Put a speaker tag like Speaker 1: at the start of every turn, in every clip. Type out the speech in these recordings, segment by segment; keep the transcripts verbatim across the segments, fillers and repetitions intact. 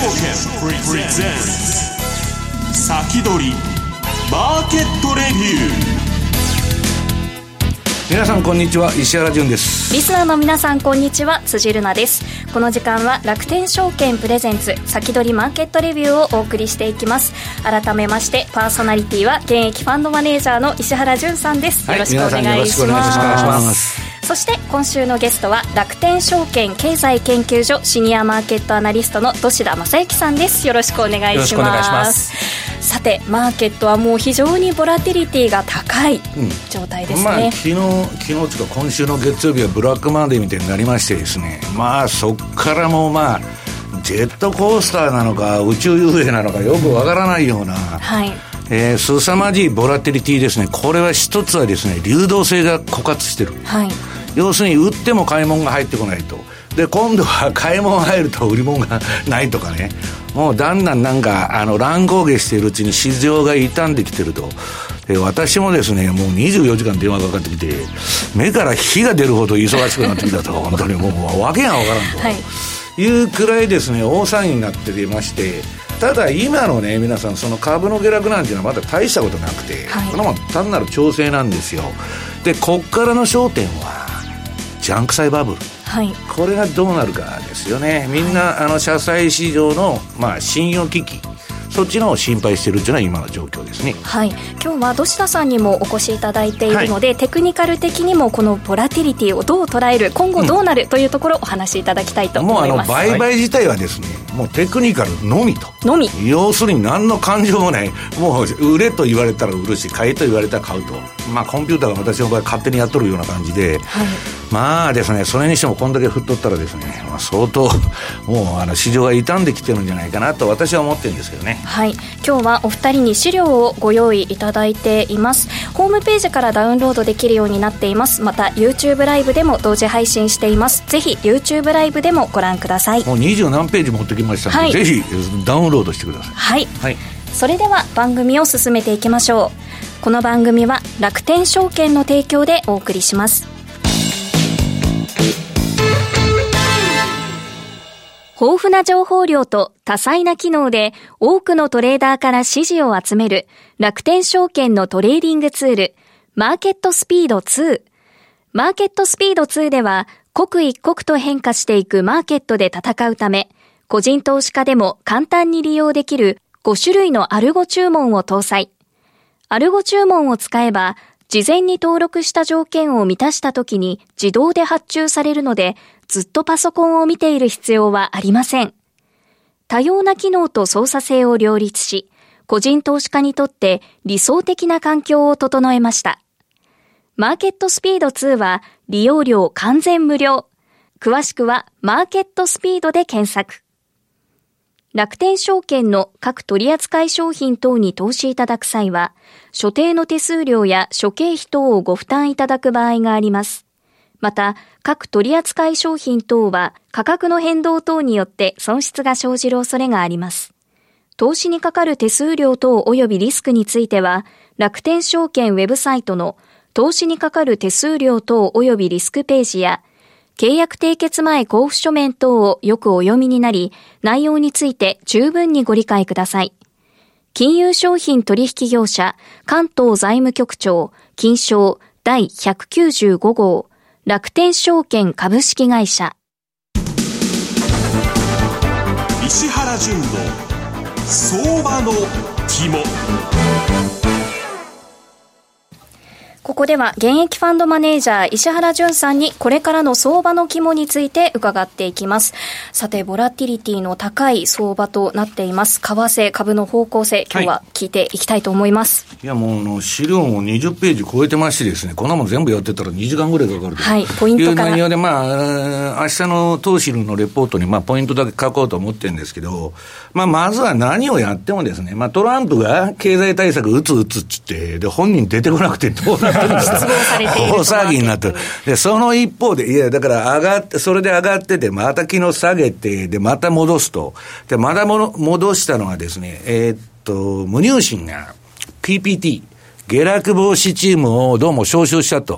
Speaker 1: 券プレゼンツ先取りマーケットレビュー。
Speaker 2: 皆さんこんにちは、石原潤です。
Speaker 3: リスナーの皆さんこんにちは、辻るなです。この時間は楽天証券プレゼンツ先取りマーケットレビューをお送りしていきます。改めましてパーソナリティは現役ファンドマネージャーの石原潤さんです。よろしくお願いします。そして今週のゲストは楽天証券経済研究所シニアマーケットアナリストの土田正幸さんです。よろしくお願いします。よろしくお願いします。さてマーケットはもう非常にボラティリティが高い状態ですね、
Speaker 2: うんまあ、昨日昨日とか今週の月曜日はブラックマンデーみたいになりましてですね、まあそっからもうまあジェットコースターなのか宇宙遊泳なのかよくわからないような、はいえー、凄まじいボラティリティですね。これは一つはですね、流動性が枯渇してる、はい、要するに売っても買い物が入ってこないと。で今度は買い物入ると売り物がないとかね、もうだんだんなんかあの乱高下しているうちに市場が傷んできてると。で私もですねもうにじゅうよじかん電話がかかってきて目から火が出るほど忙しくなってきたと本当にもう訳が分からんと、はい、いうくらいですね大騒ぎになって出まして、ただ今のね皆さんその株の下落なんていうのはまだ大したことなくて、はい、このまま単なる調整なんですよ。でこっからの焦点はジャンク債バブル、はい、これがどうなるかですよね。みんな、はい、あの社債市場の、まあ、信用危機、そっちのを心配しているというのは今の状況ですね。はい、
Speaker 3: 今日は土田さんにもお越しいただいているので、はい、テクニカル的にもこのボラティリティをどう捉える、今後どうなる、うん、というところをお話しいただきたいと思います。
Speaker 2: もうあの売買自体はですね、もうテクニカルのみと
Speaker 3: のみ、
Speaker 2: 要するに何の感情もない、もう売れと言われたら売るし買えと言われたら買うと、まあコンピューターが私の場合勝手にやっとるような感じで、はい、まあですねそれにしてもこんだけ振っとったらですね、まあ、相当もうあの市場が傷んできてるんじゃないかなと私は思ってるんですけどね。
Speaker 3: はい、今日はお二人に資料をご用意いただいています。ホームページからダウンロードできるようになっています。また YouTube ライブでも同時配信しています。ぜひ YouTube ライブでもご覧ください。
Speaker 2: もうにじゅう何ページ持ってきましたので、はい、ぜひダウンロードしてください。
Speaker 3: はい、はい、それでは番組を進めていきましょう。この番組は楽天証券の提供でお送りします。豊富な情報量と多彩な機能で多くのトレーダーから支持を集める楽天証券のトレーディングツールマーケットスピードツー。マーケットスピードツーでは刻一刻と変化していくマーケットで戦うため、個人投資家でも簡単に利用できるご種類のアルゴ注文を搭載。アルゴ注文を使えば事前に登録した条件を満たした時に自動で発注されるので、ずっとパソコンを見ている必要はありません。多様な機能と操作性を両立し、個人投資家にとって理想的な環境を整えました。マーケットスピードツーは利用料完全無料。詳しくはマーケットスピードで検索。楽天証券の各取扱商品等に投資いただく際は、所定の手数料や諸経費等をご負担いただく場合があります。また、各取扱商品等は価格の変動等によって損失が生じる恐れがあります。投資にかかる手数料等及びリスクについては、楽天証券ウェブサイトの投資にかかる手数料等及びリスクページや、契約締結前交付書面等をよくお読みになり、内容について十分にご理解ください。金融商品取引業者関東財務局長金商第ひゃくきゅうじゅうご号楽天証券株式会社。
Speaker 1: 石原潤の相場の肝。
Speaker 3: ここでは現役ファンドマネージャー石原潤さんにこれからの相場の肝について伺っていきます。さてボラティリティの高い相場となっています。為替株の方向性、今日は聞いていきたいと思います。
Speaker 2: はい、いやもうあの資料もにじゅっページ超えてましてですね、こんなもん全部やってたらにじかんぐらいかかると、はい、ポイントからいう内容で、まあ明日の投資のレポートにまあポイントだけ書こうと思ってるんですけど、まあまずは何をやってもですね、まあトランプが経済対策打つ打つっつってで本人出てこなくてどうなってるんですか。大騒ぎになってる。で、その一方で、いや、だから上がって、それで上がってて、また昨日下げて、で、また戻すと。で、まだもの戻したのはですね、えー、っと、無入信が ピーピーティー、下落防止チームをどうも招集したと。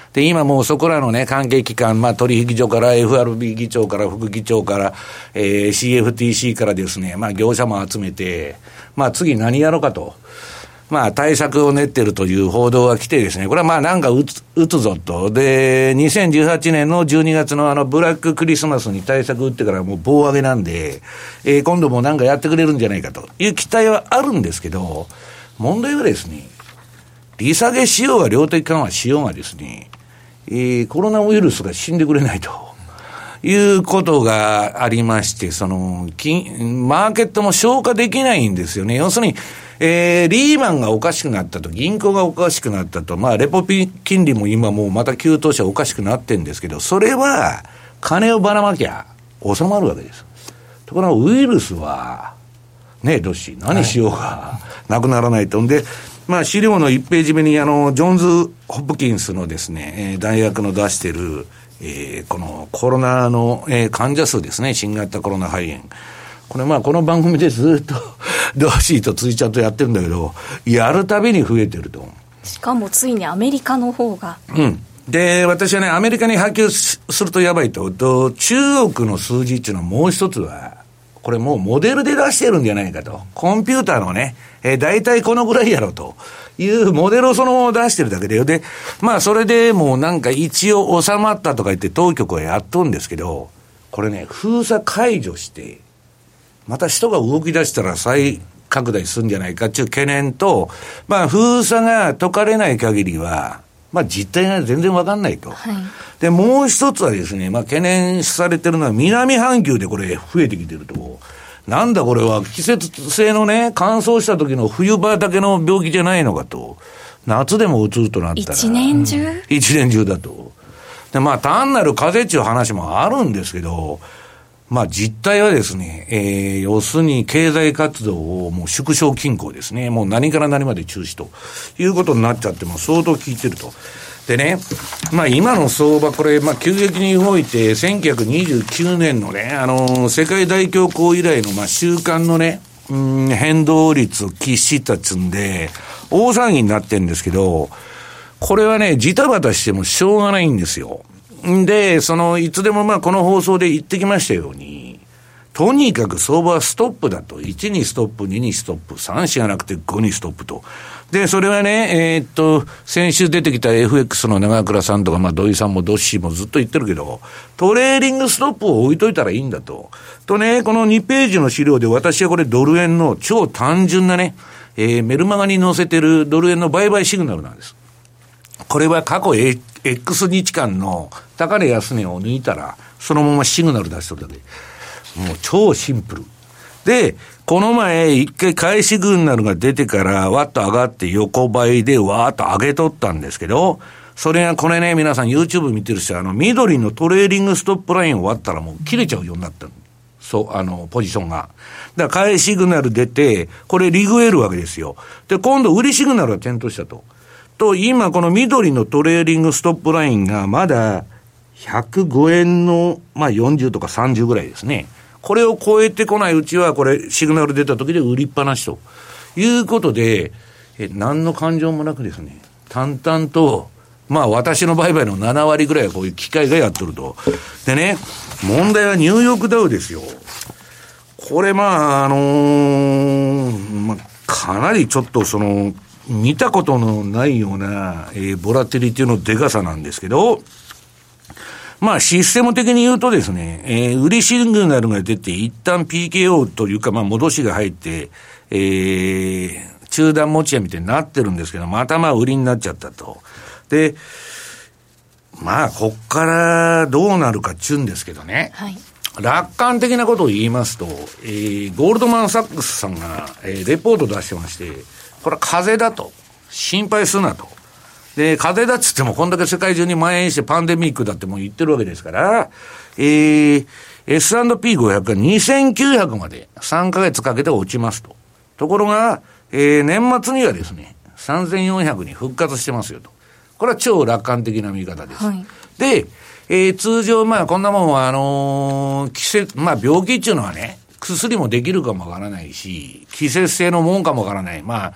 Speaker 2: で、今もうそこらのね、関係機関、まあ取引所から エフアールビー 議長から副議長から、えー、シーエフティーシー からですね、まあ業者も集めて、まあ次何やろうかと。まあ対策を練ってるという報道が来てですね、これはまあなんか打つ、打つぞと。で、にせんじゅうはちねんのじゅうにがつのあのブラッククリスマスに対策打ってからもう棒上げなんで、えー、今度もなんかやってくれるんじゃないかという期待はあるんですけど、問題はですね、利下げしようが量的緩和しようがですね、えー、コロナウイルスが死んでくれないということがありまして、その、金、マーケットも消化できないんですよね。要するに、えー、リーマンがおかしくなったと、銀行がおかしくなったと、まあ、レポ金利も今もうまた急騰しておかしくなってるんですけど、それは、金をばらまきゃ収まるわけです。ところがウイルスは、ね、どっし、何しようがなくならないと。んで、まあ、資料のいちページ目に、あの、ジョンズ・ホプキンスのですね、えー、大学の出してる、えー、このコロナの、えー、患者数ですね、新型コロナ肺炎。これまあこの番組でずっとドシーとツイチャートやってるんだけど、やるたびに増えてると。
Speaker 3: しかもついにアメリカの方が。
Speaker 2: うん。で、私はね、アメリカに波及するとやばいと。と、中国の数字っていうのはもう一つは、これもうモデルで出してるんじゃないかと。コンピューターのね、えー、大体このぐらいやろというモデルをそのまま出してるだけでよ。で、まあそれでもうなんか一応収まったとか言って当局はやっとんですけど、これね、封鎖解除して、また人が動き出したら再拡大するんじゃないかっていう懸念と、まあ封鎖が解かれない限りは、まあ実態が全然わかんないと。はい、で、もう一つはですね、まあ懸念されてるのは南半球でこれ増えてきてると。なんだこれは季節性のね、乾燥した時の冬場だけの病気じゃないのかと。夏でもうつるとなったら。
Speaker 3: 一年中、うん、
Speaker 2: 一年中だと。で、まあ単なる風邪っていう話もあるんですけど、まあ実態はですね、えー、要するに経済活動をもう縮小均衡ですね。もう何から何まで中止ということになっちゃっても相当効いてると。でね、まあ今の相場これ、まあ急激に動いて、せんきゅうひゃくにじゅうきゅうねんのね、あのー、世界大恐慌以来のまあ週間のね、うん、変動率を喫したっつんで、大騒ぎになってるんですけど、これはね、ジタバタしてもしょうがないんですよ。で、その、いつでもまあこの放送で言ってきましたように、とにかく相場はストップだと。いちにストップ、ににストップ、さんじゃなくてごにストップと。で、それはね、えー、っと、先週出てきた エフエックス の長倉さんとか、まあ土井さんもドッシーもずっと言ってるけど、トレーリングストップを置いといたらいいんだと。とね、このにページの資料で私はこれドル円の超単純なね、えー、メルマガに載せてるドル円の売買シグナルなんです。これは過去 X 日間の高値安値を抜いたら、そのままシグナル出しとるだけ。もう超シンプル。で、この前一回買いシグナルが出てからわっと上がって横ばいでわーっと上げとったんですけど、それがこれね、皆さん YouTube 見てる人はあの緑のトレーリングストップラインを割ったらもう切れちゃうようになったの。そう、あの、ポジションが。だから買いシグナル出て、これリグえるわけですよ。で、今度売りシグナルが点灯したと。と、今この緑のトレーリングストップラインがまだひゃくごえんの、まあよんじゅうとかさんじゅうぐらいですね。これを超えてこないうちは、これシグナル出た時で売りっぱなしということで、え、何の感情もなくですね、淡々と、まあ私の売買のななわりぐらいはこういう機械がやっとると。でね、問題はニューヨークダウですよ。これまあ、あのー、まあ、かなりちょっとその、見たことのないような、えー、ボラティリティのデカさなんですけど、まあシステム的に言うとですね、えー、売りシグナルが出て一旦 ピーケーオー というかまあ戻しが入って、えー、中断持ち屋みたいになってるんですけど、またまあ売りになっちゃったと。で、まあこっからどうなるかっちゅうんですけどね。はい。楽観的なことを言いますと、えー、ゴールドマンサックスさんが、えー、レポート出してまして、これは風邪だと。心配するなと。で、風邪だっつってもこんだけ世界中に蔓延してパンデミックだってもう言ってるわけですから、えー、エスアンドピーごひゃく がにせんきゅうひゃくまでさんかげつかけて落ちますと。ところが、えー、年末にはですね、さんぜんよんひゃくに復活してますよと。これは超楽観的な見方です。はい、で、えー、通常まあこんなもんはあのー、季節、まあ病気っていうのはね、薬もできるかもわからないし、季節性のもんかもわからない。まあ、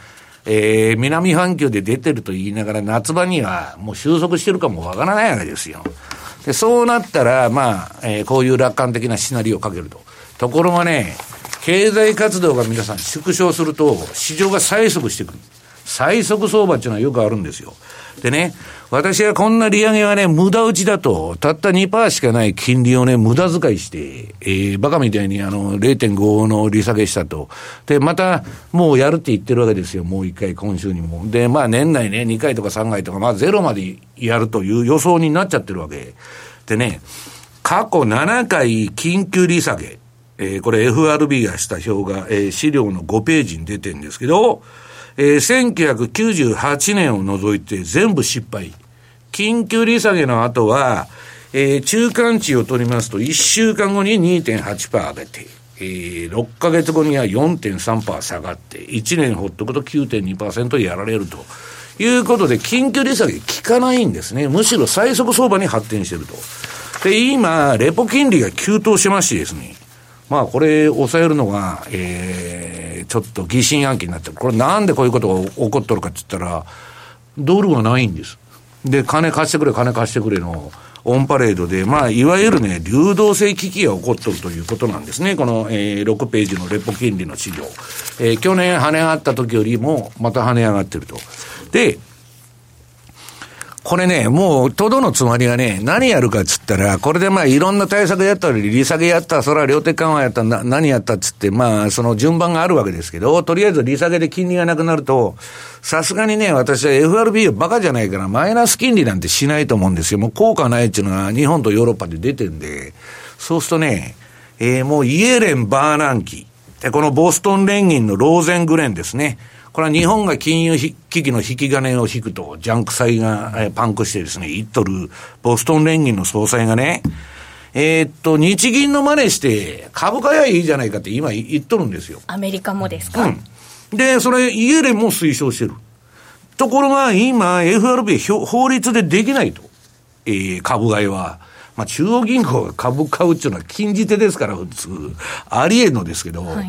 Speaker 2: えー、南半球で出てると言いながら夏場にはもう収束してるかもわからないわけですよ。で、そうなったら、まあ、えー、こういう楽観的なシナリオをかけると。ところがね、経済活動が皆さん縮小すると、市場が催促してくる。催促相場っていうのはよくあるんですよ。でね、私はこんな利上げはね、無駄打ちだと、たった にパーセント しかない金利をね、無駄遣いして、えー、バカみたいにあの、れいてんご の利下げしたと。で、また、もうやるって言ってるわけですよ。もう一回、今週にも。で、まあ年内ね、にかいとかさんかいとか、まあゼロまでやるという予想になっちゃってるわけ。でね、過去ななかい緊急利下げ。えー、これ エフアールビー がした表が、えー、資料のごページに出てるんですけど、えー、せんきゅうひゃくきゅうじゅうはちねんを除いて全部失敗。緊急利下げの後は、えー、中間値を取りますといっしゅうかんごに にてんはちパーセント 上げて、えー、ろっかげつごには よんてんさんパーセント 下がって、いちねんほっとくと きゅうてんにパーセント やられるということで、緊急利下げ効かないんですね。むしろ最速相場に発展していると。で、今、レポ金利が急騰してましてですね、まあこれ抑えるのが、えー、ちょっと疑心暗鬼になってる。これなんでこういうことが起こっとるかって言ったら、ドルがないんです。で、金貸してくれ、金貸してくれのオンパレードで、まあいわゆるね、流動性危機が起こっとるということなんですね。この、えー、ろくページのレポ金利の資料。えー、去年跳ね上がった時よりもまた跳ね上がってると。で、これね、もう、とどのつまりはね、何やるかっつったら、これでまあ、いろんな対策やったり、利下げやったら、それは量的緩和やったら、な、何やったっつって、まあ、その順番があるわけですけど、とりあえず利下げで金利がなくなると、さすがにね、私は エフアールビー はバカじゃないから、マイナス金利なんてしないと思うんですよ。もう効果ないっていうのは、日本とヨーロッパで出てるんで、そうするとね、えー、もうイエレン・バーナンキ、で、このボストン連銀のローゼングレンですね。これは日本が金融危機の引き金を引くと、ジャンク債がパンクしてですね、言っとるボストン連銀の総裁がね、えー、っと、日銀の真似して株買えばいいじゃないかって今言っとるんですよ。
Speaker 3: アメリカもですか？
Speaker 2: うん。で、それイエレンも推奨してる。ところが今 エフアールビー 法律でできないと。えー、株買いは。まあ、中央銀行が株買うっていうのは禁じ手ですから、普通。ありえんのですけど、はい、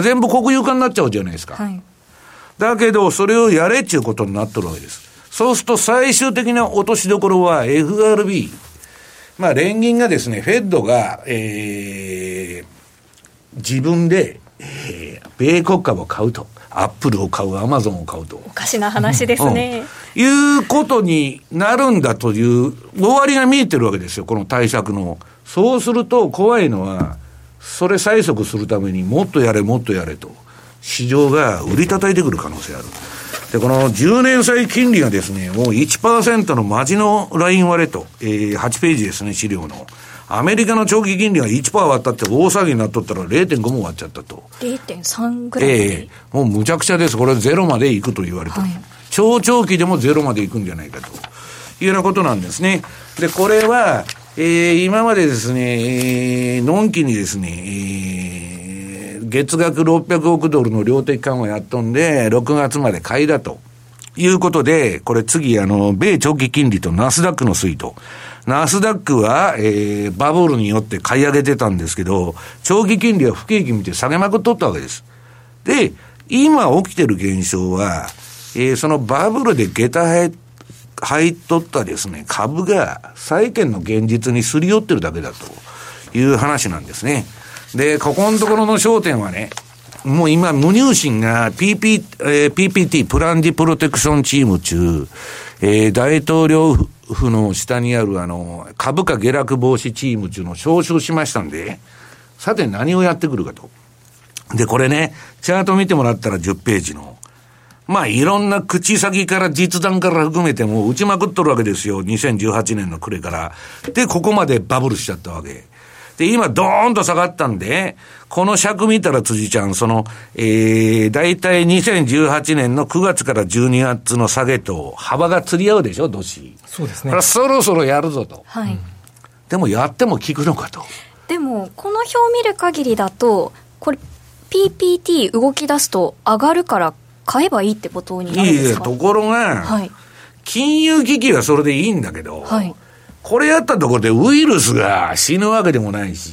Speaker 2: 全部国有化になっちゃうじゃないですか。はい、だけど、それをやれっていうことになっとるわけです。そうすると最終的な落としどころは エフアールビー。まあ、連銀がですね、フェッドが、えー、自分で、えー、米国株を買うと。アップルを買う、アマゾンを買うと。
Speaker 3: おかしな話ですね。
Speaker 2: うん、いうことになるんだという終わりが見えてるわけですよ、この対策の。そうすると怖いのは、それ催促するためにもっとやれもっとやれと。市場が売り叩いてくる可能性ある。で、このじゅうねん債金利がですね、もう いちパーセント のマジのライン割れと、えー、はちページですね、資料の。アメリカの長期金利が いちパーセント 割ったって大騒ぎになっとったら れいてんご も割っちゃったと。
Speaker 3: れいてんさん ぐらい、
Speaker 2: ええー、もうむちゃくちゃです。これゼロまで行くと言われてる、はい、超長期でもゼロまで行くんじゃないかというようなことなんですね。で、これは、えー、今までですね、えー、のんきにですね、えー、月額ろっぴゃくおくドルの量的緩和やっとんで、ろくがつまで買いだということで、これ次、あの、米長期金利とナスダックの推移と。ナスダックは、えー、バブルによって買い上げてたんですけど、長期金利は不景気見て下げまくっとったわけです。で、今起きてる現象は、えー、そのバブルで下駄入入っとったですね、株が債券の現実にすり寄ってるだけだという話なんですね。で、ここのところの焦点はね、もう今無入信が ピーピー、えー、ピーピーティー プランディプロテクションチーム中、えー、大統領府の下にあるあの株価下落防止チーム中の招集しましたんで、さて何をやってくるかと。で、これね、チャート見てもらったらじゅっページの、まあいろんな口先から実弾から含めてもう打ちまくっとるわけですよ。にせんじゅうはちねんの暮れから。で、ここまでバブルしちゃったわけ。で、今ドーンと下がったんで、この尺見たら辻ちゃん、その、えー、だいたいにせんじゅうはちねんのくがつからじゅうにがつの下げと幅が釣り合うでしょ、どし。
Speaker 4: そうですね。
Speaker 2: これそろそろやるぞと。
Speaker 3: はい。
Speaker 2: でもやっても効くのかと。
Speaker 3: でも、この表を見る限りだと、これ、ピーピーティー 動き出すと上がるから買えばいいってことになるんですか？
Speaker 2: いいえ、ところが、はい、金融危機はそれでいいんだけど、はい、これやったところでウイルスが死ぬわけでもないし、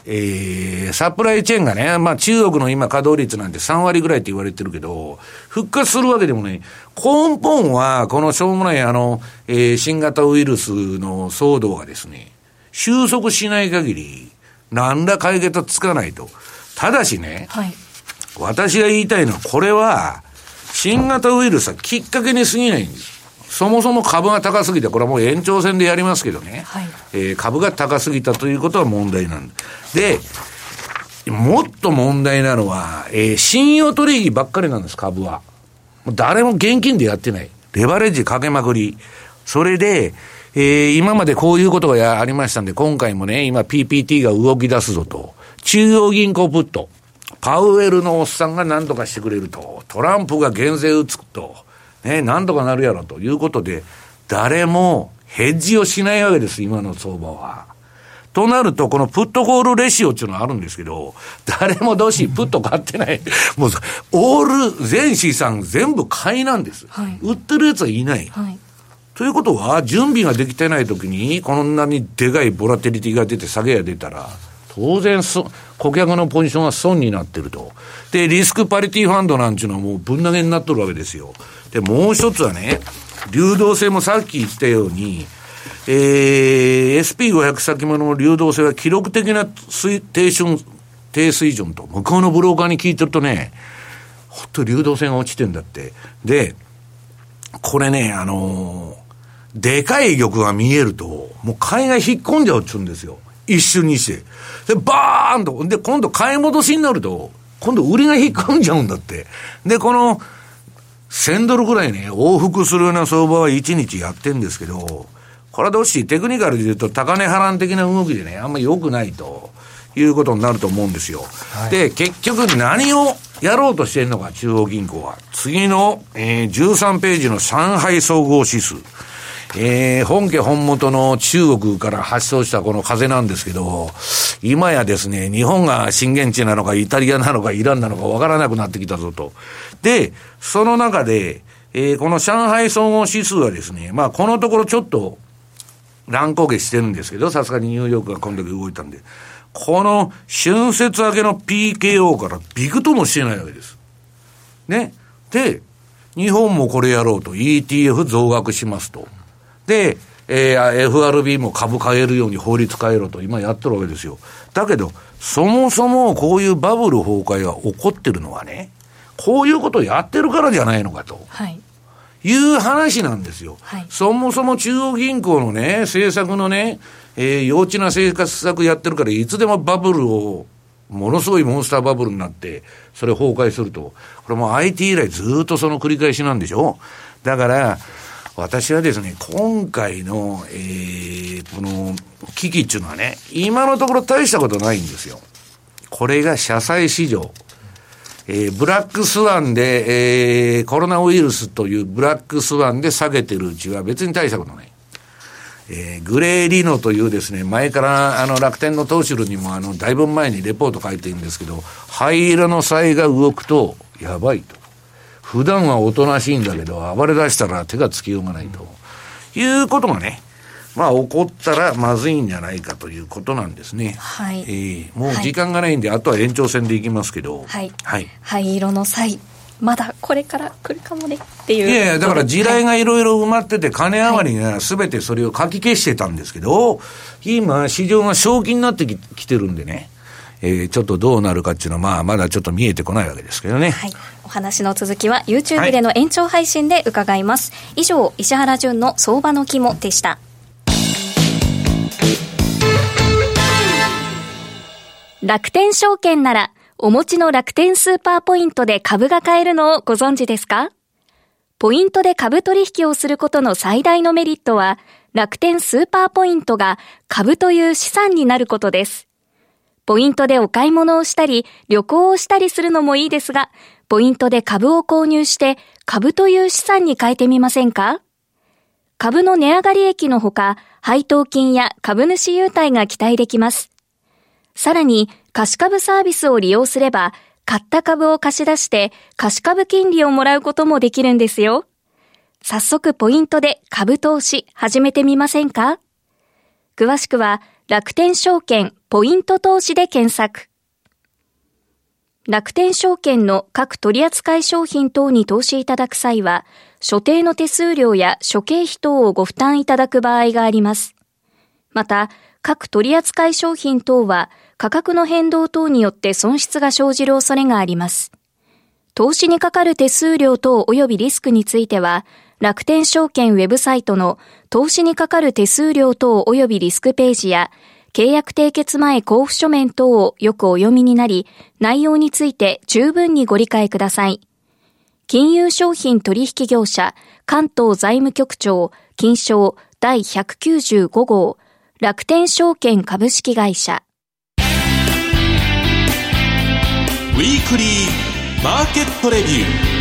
Speaker 2: えー、サプライチェーンがね、まあ中国の今稼働率なんてさんわりぐらいって言われてるけど、復活するわけでもない。根本は、このしょうもないあの、えー、新型ウイルスの騒動がですね、収束しない限り、何ら解決はつかないと。ただしね、はい、私が言いたいのは、これは、新型ウイルスはきっかけに過ぎないんです。そもそも株が高すぎて、これはもう延長戦でやりますけどね、はい、えー、株が高すぎたということは問題なんで、もっと問題なのは、えー、信用取引ばっかりなんです、株は。もう誰も現金でやってない。レバレッジかけまくり。それで、えー、今までこういうことがやありましたんで、今回もね、今 ピーピーティー が動き出すぞと。中央銀行プット。パウエルのおっさんが何とかしてくれると。トランプが減税打つと。ね、何とかなるやろということで、誰もヘッジをしないわけです、今の相場は。となると、このプットコールレシオっていうのがあるんですけど、誰もどうし、プット買ってない。もう、オール、全資産全部買いなんです。はい、売ってるやつはいない。はい、ということは、準備ができてない時に、こんなにでかいボラテリティが出て、下げが出たら、当然、顧客のポジションは損になってると。で、リスクパリティファンドなんていうのはもうぶん投げになっとるわけですよ。で、もう一つはね、流動性もさっき言ったように、えー、エスピーごひゃく 先物の流動性は記録的な低水、低水準と、向こうのブローカーに聞いてるとね、ほんと流動性が落ちてんだって。で、これね、あのー、でかい玉が見えると、もう買いが引っ込んじゃうっつうんですよ。一瞬にして。で、バーンと。で、今度買い戻しになると、今度売りが引っ込んじゃうんだって。で、この、せんドルぐらいね、往復するような相場はいちにちやってんですけど、これはどうし、テクニカルで言うと高値波乱的な動きでね、あんまり良くないということになると思うんですよ。はい、で、結局何をやろうとしてるのか、中央銀行は。次の、えー、じゅうさんページの上海総合指数。えー、本家本元の中国から発祥したこの風なんですけど、今やですね、日本が震源地なのか、イタリアなのか、イランなのかわからなくなってきたぞと。で、その中で、えー、この上海総合指数はですね、まあこのところちょっと乱高下してるんですけど、さすがにニューヨークがこんだけ動いたんで、この春節明けの ピーケーオー からビクともしてないわけです。ね。で、日本もこれやろうと、イーティーエフ 増額しますと。で、えー、エフアールビー も株買えるように法律変えろと今やってるわけですよ。だけど、そもそもこういうバブル崩壊が起こってるのはね、こういうことをやってるからじゃないのかと。はい。いう話なんですよ。はい。そもそも中央銀行のね、政策のね、えー、幼稚な政策やってるからいつでもバブルを、ものすごいモンスターバブルになって、それ崩壊すると。これもう アイティー 以来ずっとその繰り返しなんでしょ。だから、私はですね、今回の、えー、この危機っていうのはね、今のところ大したことないんですよ。これが社債市場。えー、ブラックスワンで、えー、コロナウイルスというブラックスワンで下げてるうちは別に大したことない。えー、グレーリノというですね、前からあの楽天の投手にもあの、だいぶ前にレポート書いてるんですけど、灰色の債が動くとやばいと。普段はおとなしいんだけど、暴れ出したら手がつきようがないと。いうことがね、まあ起こったらまずいんじゃないかということなんですね。はい。えー、もう時間がないんで、はい、あとは延長戦でいきますけど。はい。はい。灰
Speaker 3: 色の際、まだこれから来るかもねっていう。
Speaker 2: いやいや、だから地雷がいろいろ埋まってて、金余りが全てそれをかき消してたんですけど、はい、今市場が正気になってき、きてるんでね。えー、ちょっとどうなるかっていうのは、まあ、まだちょっと見えてこないわけですけどね。はい。
Speaker 3: お話の続きは YouTube での延長配信で伺います。はい、以上、石原潤の相場の肝でした。楽天証券なら、お持ちの楽天スーパーポイントで株が買えるのをご存知ですか？ポイントで株取引をすることの最大のメリットは、楽天スーパーポイントが株という資産になることです。ポイントでお買い物をしたり、旅行をしたりするのもいいですが、ポイントで株を購入して、株という資産に変えてみませんか？株の値上がり益のほか、配当金や株主優待が期待できます。さらに、貸株サービスを利用すれば、買った株を貸し出して、貸株金利をもらうこともできるんですよ。早速ポイントで株投資始めてみませんか？詳しくは、楽天証券ポイント投資で検索。楽天証券の各取扱い商品等に投資いただく際は、所定の手数料や諸経費等をご負担いただく場合があります。また、各取扱い商品等は価格の変動等によって損失が生じる恐れがあります。投資にかかる手数料等及びリスクについては、楽天証券ウェブサイトの投資にかかる手数料等及びリスクページや、契約締結前交付書面等をよくお読みになり、内容について十分にご理解ください。金融商品取引業者関東財務局長金商第ひゃくきゅうじゅうご号楽天証券株式会社。
Speaker 1: ウィークリーマーケットレビュー。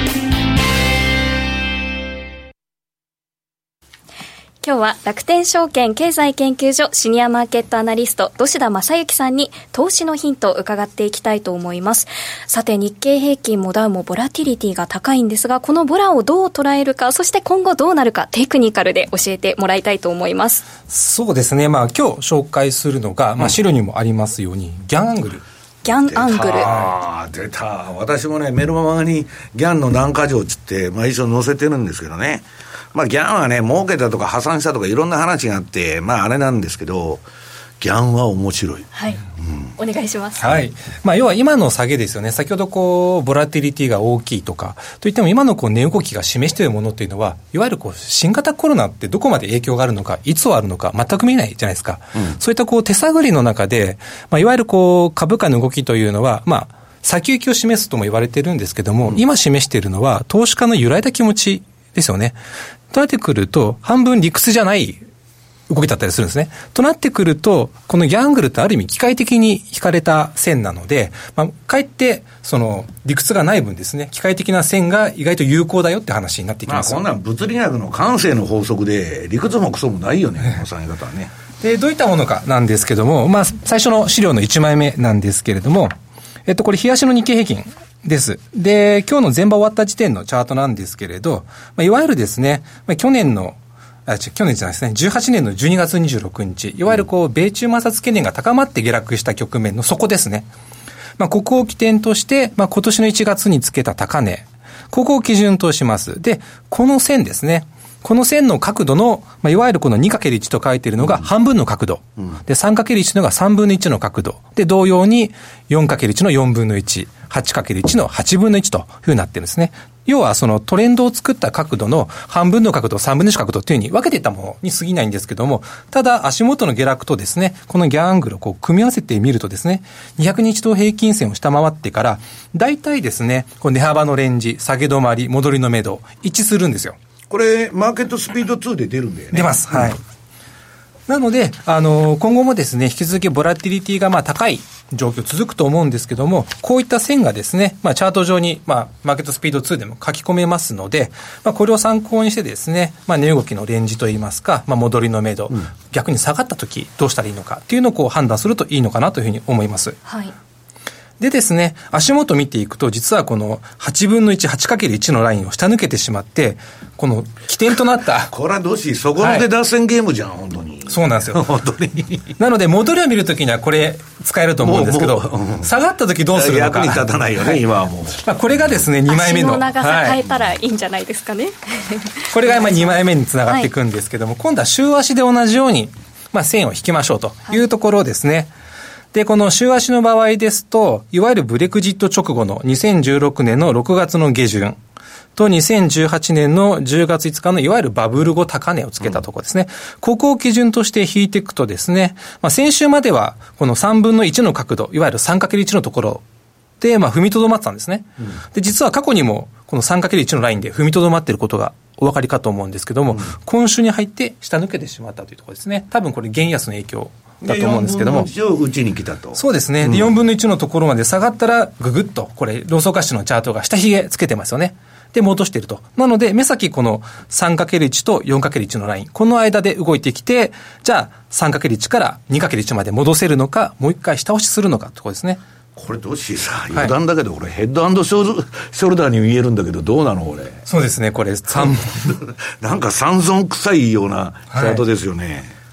Speaker 3: 今日は楽天証券経済研究所シニアマーケットアナリスト土田正幸さんに投資のヒントを伺っていきたいと思います。さて、日経平均もダウもボラティリティが高いんですが、このボラをどう捉えるか、そして今後どうなるか、テクニカルで教えてもらいたいと思います。
Speaker 4: そうですね、まあ、今日紹介するのが、まあ、資料にもありますように、うん、ギャンアングル
Speaker 3: ギャンアングル。
Speaker 2: ああ、出た。私もね、メルマガにギャンの何か条つって、まあ一緒に載せてるんですけどね。まあギャンはね、儲けたとか破産したとかいろんな話があって、まああれなんですけど、ギャンは面白い。
Speaker 3: はい。うん、お願いします。
Speaker 4: はい。まあ要は今の下げですよね。先ほどこう、ボラティリティが大きいとか、といっても今のこう値動きが示しているものっていうのは、いわゆるこう、新型コロナってどこまで影響があるのか、いつあるのか、全く見えないじゃないですか。うん、そういったこう、手探りの中で、まあいわゆるこう、株価の動きというのは、まあ、先行きを示すとも言われてるんですけども、うん、今示しているのは、投資家の揺らいだ気持ちですよね。となってくると、半分理屈じゃない動きだったりするんですね。となってくると、このギャンアングルってある意味機械的に引かれた線なので、まあ、かえってその理屈がない分ですね、機械的な線が意外と有効だよって話になってきます。
Speaker 2: まあ、こんなん物理学の感性の法則で理屈もクソもないよね、この下げ方はね。
Speaker 4: で、どういったものかなんですけども、まあ、最初の資料のいちまいめなんですけれども、えっと、これ、日足の日経平均です。で、今日の前場終わった時点のチャートなんですけれど、まあ、いわゆるですね、まあ、去年のあ、去年じゃないですね、じゅうはちねんのじゅうにがつにじゅうろくにち、いわゆるこう、米中摩擦懸念が高まって下落した局面の底ですね。まあ、ここを起点として、まあ、今年のいちがつにつけた高値、ここを基準とします。で、この線ですね。この線の角度の、まあ、いわゆるこの にかけるいち と書いているのが半分の角度。うん、で、さんかけるいち のがさんぶんのいちの角度。で、同様に よんかけるいち のよんぶんのいち、はちかけるいち のはちぶんのいちというふうになってるんですね。要はそのトレンドを作った角度の半分の角度、さんぶんのいち角度というふうに分けていったものに過ぎないんですけども、ただ足元の下落とですね、このギャンアングルをこう組み合わせてみるとですね、にひゃくにちど平均線を下回ってから、大体ですね、この値幅のレンジ、下げ止まり、戻りの目処、一致するんですよ。
Speaker 2: これ、マーケットスピードツーで出るんだよね。
Speaker 4: 出ます。はい。なので、あの、今後もですね、引き続きボラティリティがまあ高い状況続くと思うんですけども、こういった線がですね、まあチャート上に、まあマーケットスピードツーでも書き込めますので、まあこれを参考にしてですね、まあ値動きのレンジといいますか、まあ戻りの目処、うん、逆に下がった時どうしたらいいのかっていうのをこう判断するといいのかなというふうに思います。
Speaker 3: はい。
Speaker 4: でですね、足元見ていくと、実はこのはちぶんのいち、はちかけるいち のラインを下抜けてしまって、この起点となった。
Speaker 2: これはどうし、そこで脱線ゲームじゃん、はい、本当に。
Speaker 4: そうなんですよ。
Speaker 2: 本当に。
Speaker 4: なので、戻りを見るときにはこれ使えると思うんですけど、うん、下がったときどうするのか。
Speaker 2: 役に立たないよね、はい、今はもう。
Speaker 4: まあ、これがですね、にまいめの。
Speaker 3: 足の長さ変えたらいいんじゃないですかね。はい、
Speaker 4: これがまあにまいめにつながっていくんですけども、はい、今度は週足で同じように、まあ、線を引きましょうというところですね。はい、で、この週足の場合ですと、いわゆるブレクジット直後のにせんじゅうろくねんのろくがつの下旬とにせんじゅうはちねんのじゅうがついつかのいわゆるバブル後高値をつけたところですね。うん、ここを基準として引いていくとですね、まあ、先週まではこのさんぶんのいちの角度、いわゆる さんかけるいち のところで、まあ、踏みとどまってたんですね。うん、で、実は過去にもこの さんかけるいち のラインで踏みとどまっていることがお分かりかと思うんですけども、うん、今週に入って下抜けてしまったというところですね。多分これ原安の影響だと思うんですけども、よんぶんのいちを
Speaker 2: うちに来たと。
Speaker 4: そうですね。で、よんぶんのいちのところまで下がったらぐぐっとこれローソク足のチャートが下髭つけてますよね。で、戻していると。なので目先この さんかけるいち と よんかけるいち のライン、この間で動いてきて、じゃあ さんかけるいち から にかけるいち まで戻せるのか、もう一回下押しするのかってことですね。
Speaker 2: これどうしさ、余談だけど、はい、これヘッド&ショルダーに見えるんだけど、どうなのこれ。
Speaker 4: そうですね、これ三
Speaker 2: なんか三尊臭いようなチャートですよね。
Speaker 4: はい、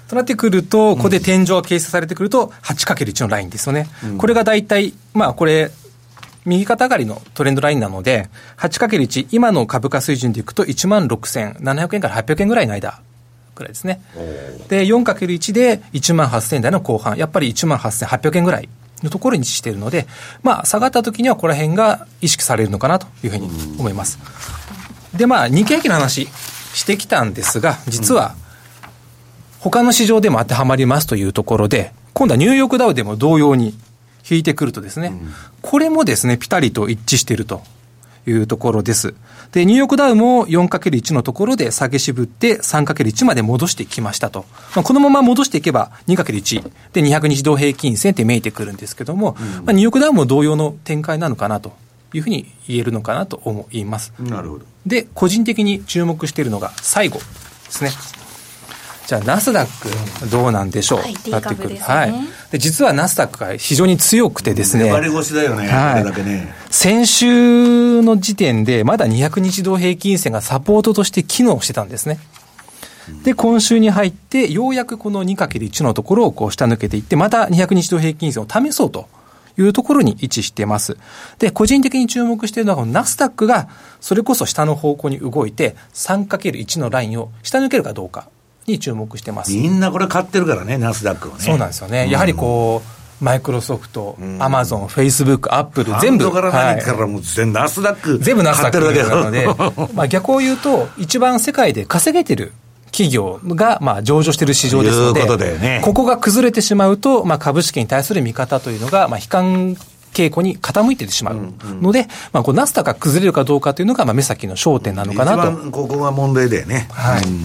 Speaker 4: となってくると、ここで天井が形成されてくると はちかけるいち のラインですよね。うん、これが大体、まあこれ、右肩上がりのトレンドラインなので、はちかけるいち、今の株価水準でいくと いちまんろくせんななひゃくえんからはっぴゃくえんぐらいの間くらいですね。で、よんかけるいち でいちまんはっせん台の後半、やっぱり いちまんはっせんはっぴゃくえんぐらいのところに位置しているので、まあ下がった時にはここら辺が意識されるのかなというふうに思います。で、まあ日経平均の話してきたんですが、実は、他の市場でも当てはまりますというところで、今度はニューヨークダウでも同様に引いてくるとですね、うん、これもですね、ピタリと一致しているというところです。で、ニューヨークダウも よんかけるいち のところで下げ渋って さんかけるいち まで戻してきましたと。まあ、このまま戻していけば にかけるいち でにひゃくにち同平均線って見えてくるんですけども、うん、まあ、ニューヨークダウも同様の展開なのかなというふうに言えるのかなと思います。
Speaker 2: なるほど。
Speaker 4: で、個人的に注目しているのが最後ですね。じゃあナスダックどうなんでしょう、
Speaker 3: はい、低株ですね。
Speaker 4: はい、で実はナスダックが非常に強くてですね、
Speaker 2: 粘り腰だよね、はい、これだけね。
Speaker 4: 先週の時点でまだにひゃくにち同平均線がサポートとして機能してたんですね。で今週に入ってようやくこの にかけるいち のところをこう下抜けていって、またにひゃくにち同平均線を試そうというところに位置しています。で個人的に注目しているのはこのナスダックがそれこそ下の方向に動いて さんかけるいち のラインを下抜けるかどうかに注目してます。
Speaker 2: みんなこれ買ってるからね、ナスダックをね。
Speaker 4: そうなんですよね、うん、やはりこうマイクロソフト、アマゾン、フェイスブック、アップル全部
Speaker 2: から何からもう全部ナスダック
Speaker 4: 全部ナスダックなのでまあ逆を言うと一番世界で稼げてる企業がまあ上場している市場ですので、
Speaker 2: いうことだよね、
Speaker 4: ここが崩れてしまうと、まあ、株式に対する見方というのがまあ悲観傾向に傾いてしまうので、うんうん、まあ、こうナスダックが崩れるかどうかというのがまあ目先の焦点なのかなと。
Speaker 2: 一番ここが問題だよね。
Speaker 4: はい、
Speaker 2: うん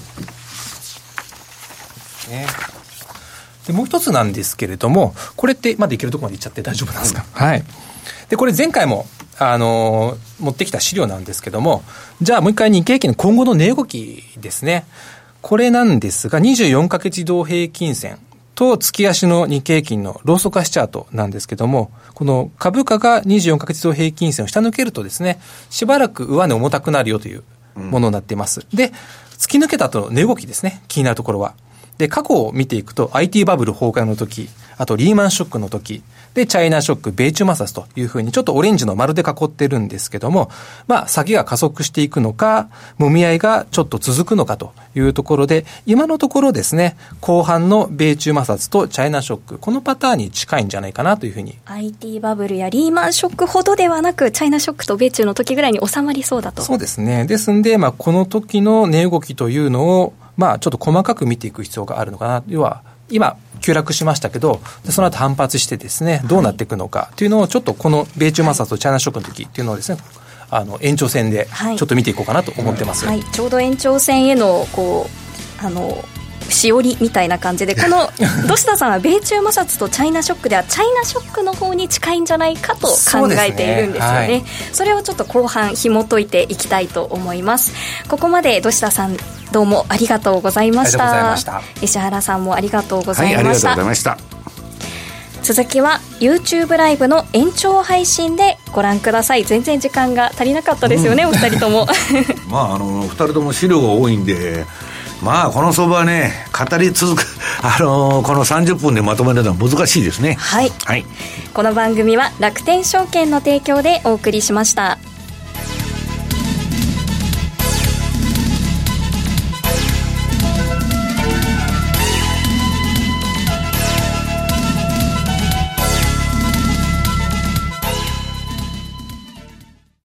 Speaker 4: ね、でもう一つなんですけれども、これってまだいけるところまでいっちゃって大丈夫なんですか、うん、はい。でこれ前回も、あのー、持ってきた資料なんですけども、じゃあもう一回日経平均の今後の値動きですね。これなんですがにじゅうよんかけち同平均線と月足の日経平均のローソク足チャートなんですけども、この株価がにじゅうよんかけち同平均線を下抜けるとですね、しばらく上値重たくなるよというものになっています、うん、で突き抜けた後の値動きですね、気になるところは。で過去を見ていくと アイティー バブル崩壊の時、あとリーマンショックの時でチャイナショック、米中摩擦というふうにちょっとオレンジの丸で囲ってるんですけども、まあ先が加速していくのかもみ合いがちょっと続くのかというところで、今のところですね、後半の米中摩擦とチャイナショック、このパターンに近いんじゃないかなというふうに。
Speaker 3: アイティー バブルやリーマンショックほどではなく、チャイナショックと米中の時ぐらいに収まりそうだと。
Speaker 4: そうですね。ですんで、まあ、この時の値動きというのをまあちょっと細かく見ていく必要があるのかな。要は今急落しましたけど、その後反発してですね、どうなっていくのかというのをちょっとこの米中摩擦とチャイナショックの時っていうのをですね、あの延長線でちょっと見ていこうかなと思ってます、
Speaker 3: はいはい、ちょうど延長線へのこうあのしおりみたいな感じで、この土下さんは米中摩擦とチャイナショックではチャイナショックの方に近いんじゃないかと考えているんですよね。 そ, ね、はい、それをちょっと後半紐解いていきたいと思います。ここまで土下さんどうもありがとうございました。
Speaker 4: ありがとうございました。
Speaker 3: 石原さんもありがとうございました、はい、ありがとうございました。続きは YouTube ライブの延長配信でご覧ください。全然時間が足りなかったですよね、うん、お二人とも
Speaker 2: まああの二人とも資料が多いんで、まあこの相場はね、語り続くあのー、このさんじゅっぷんでまとめるのは難しいですね。
Speaker 3: はい、はい、この番組は楽天証券の提供でお送りしました。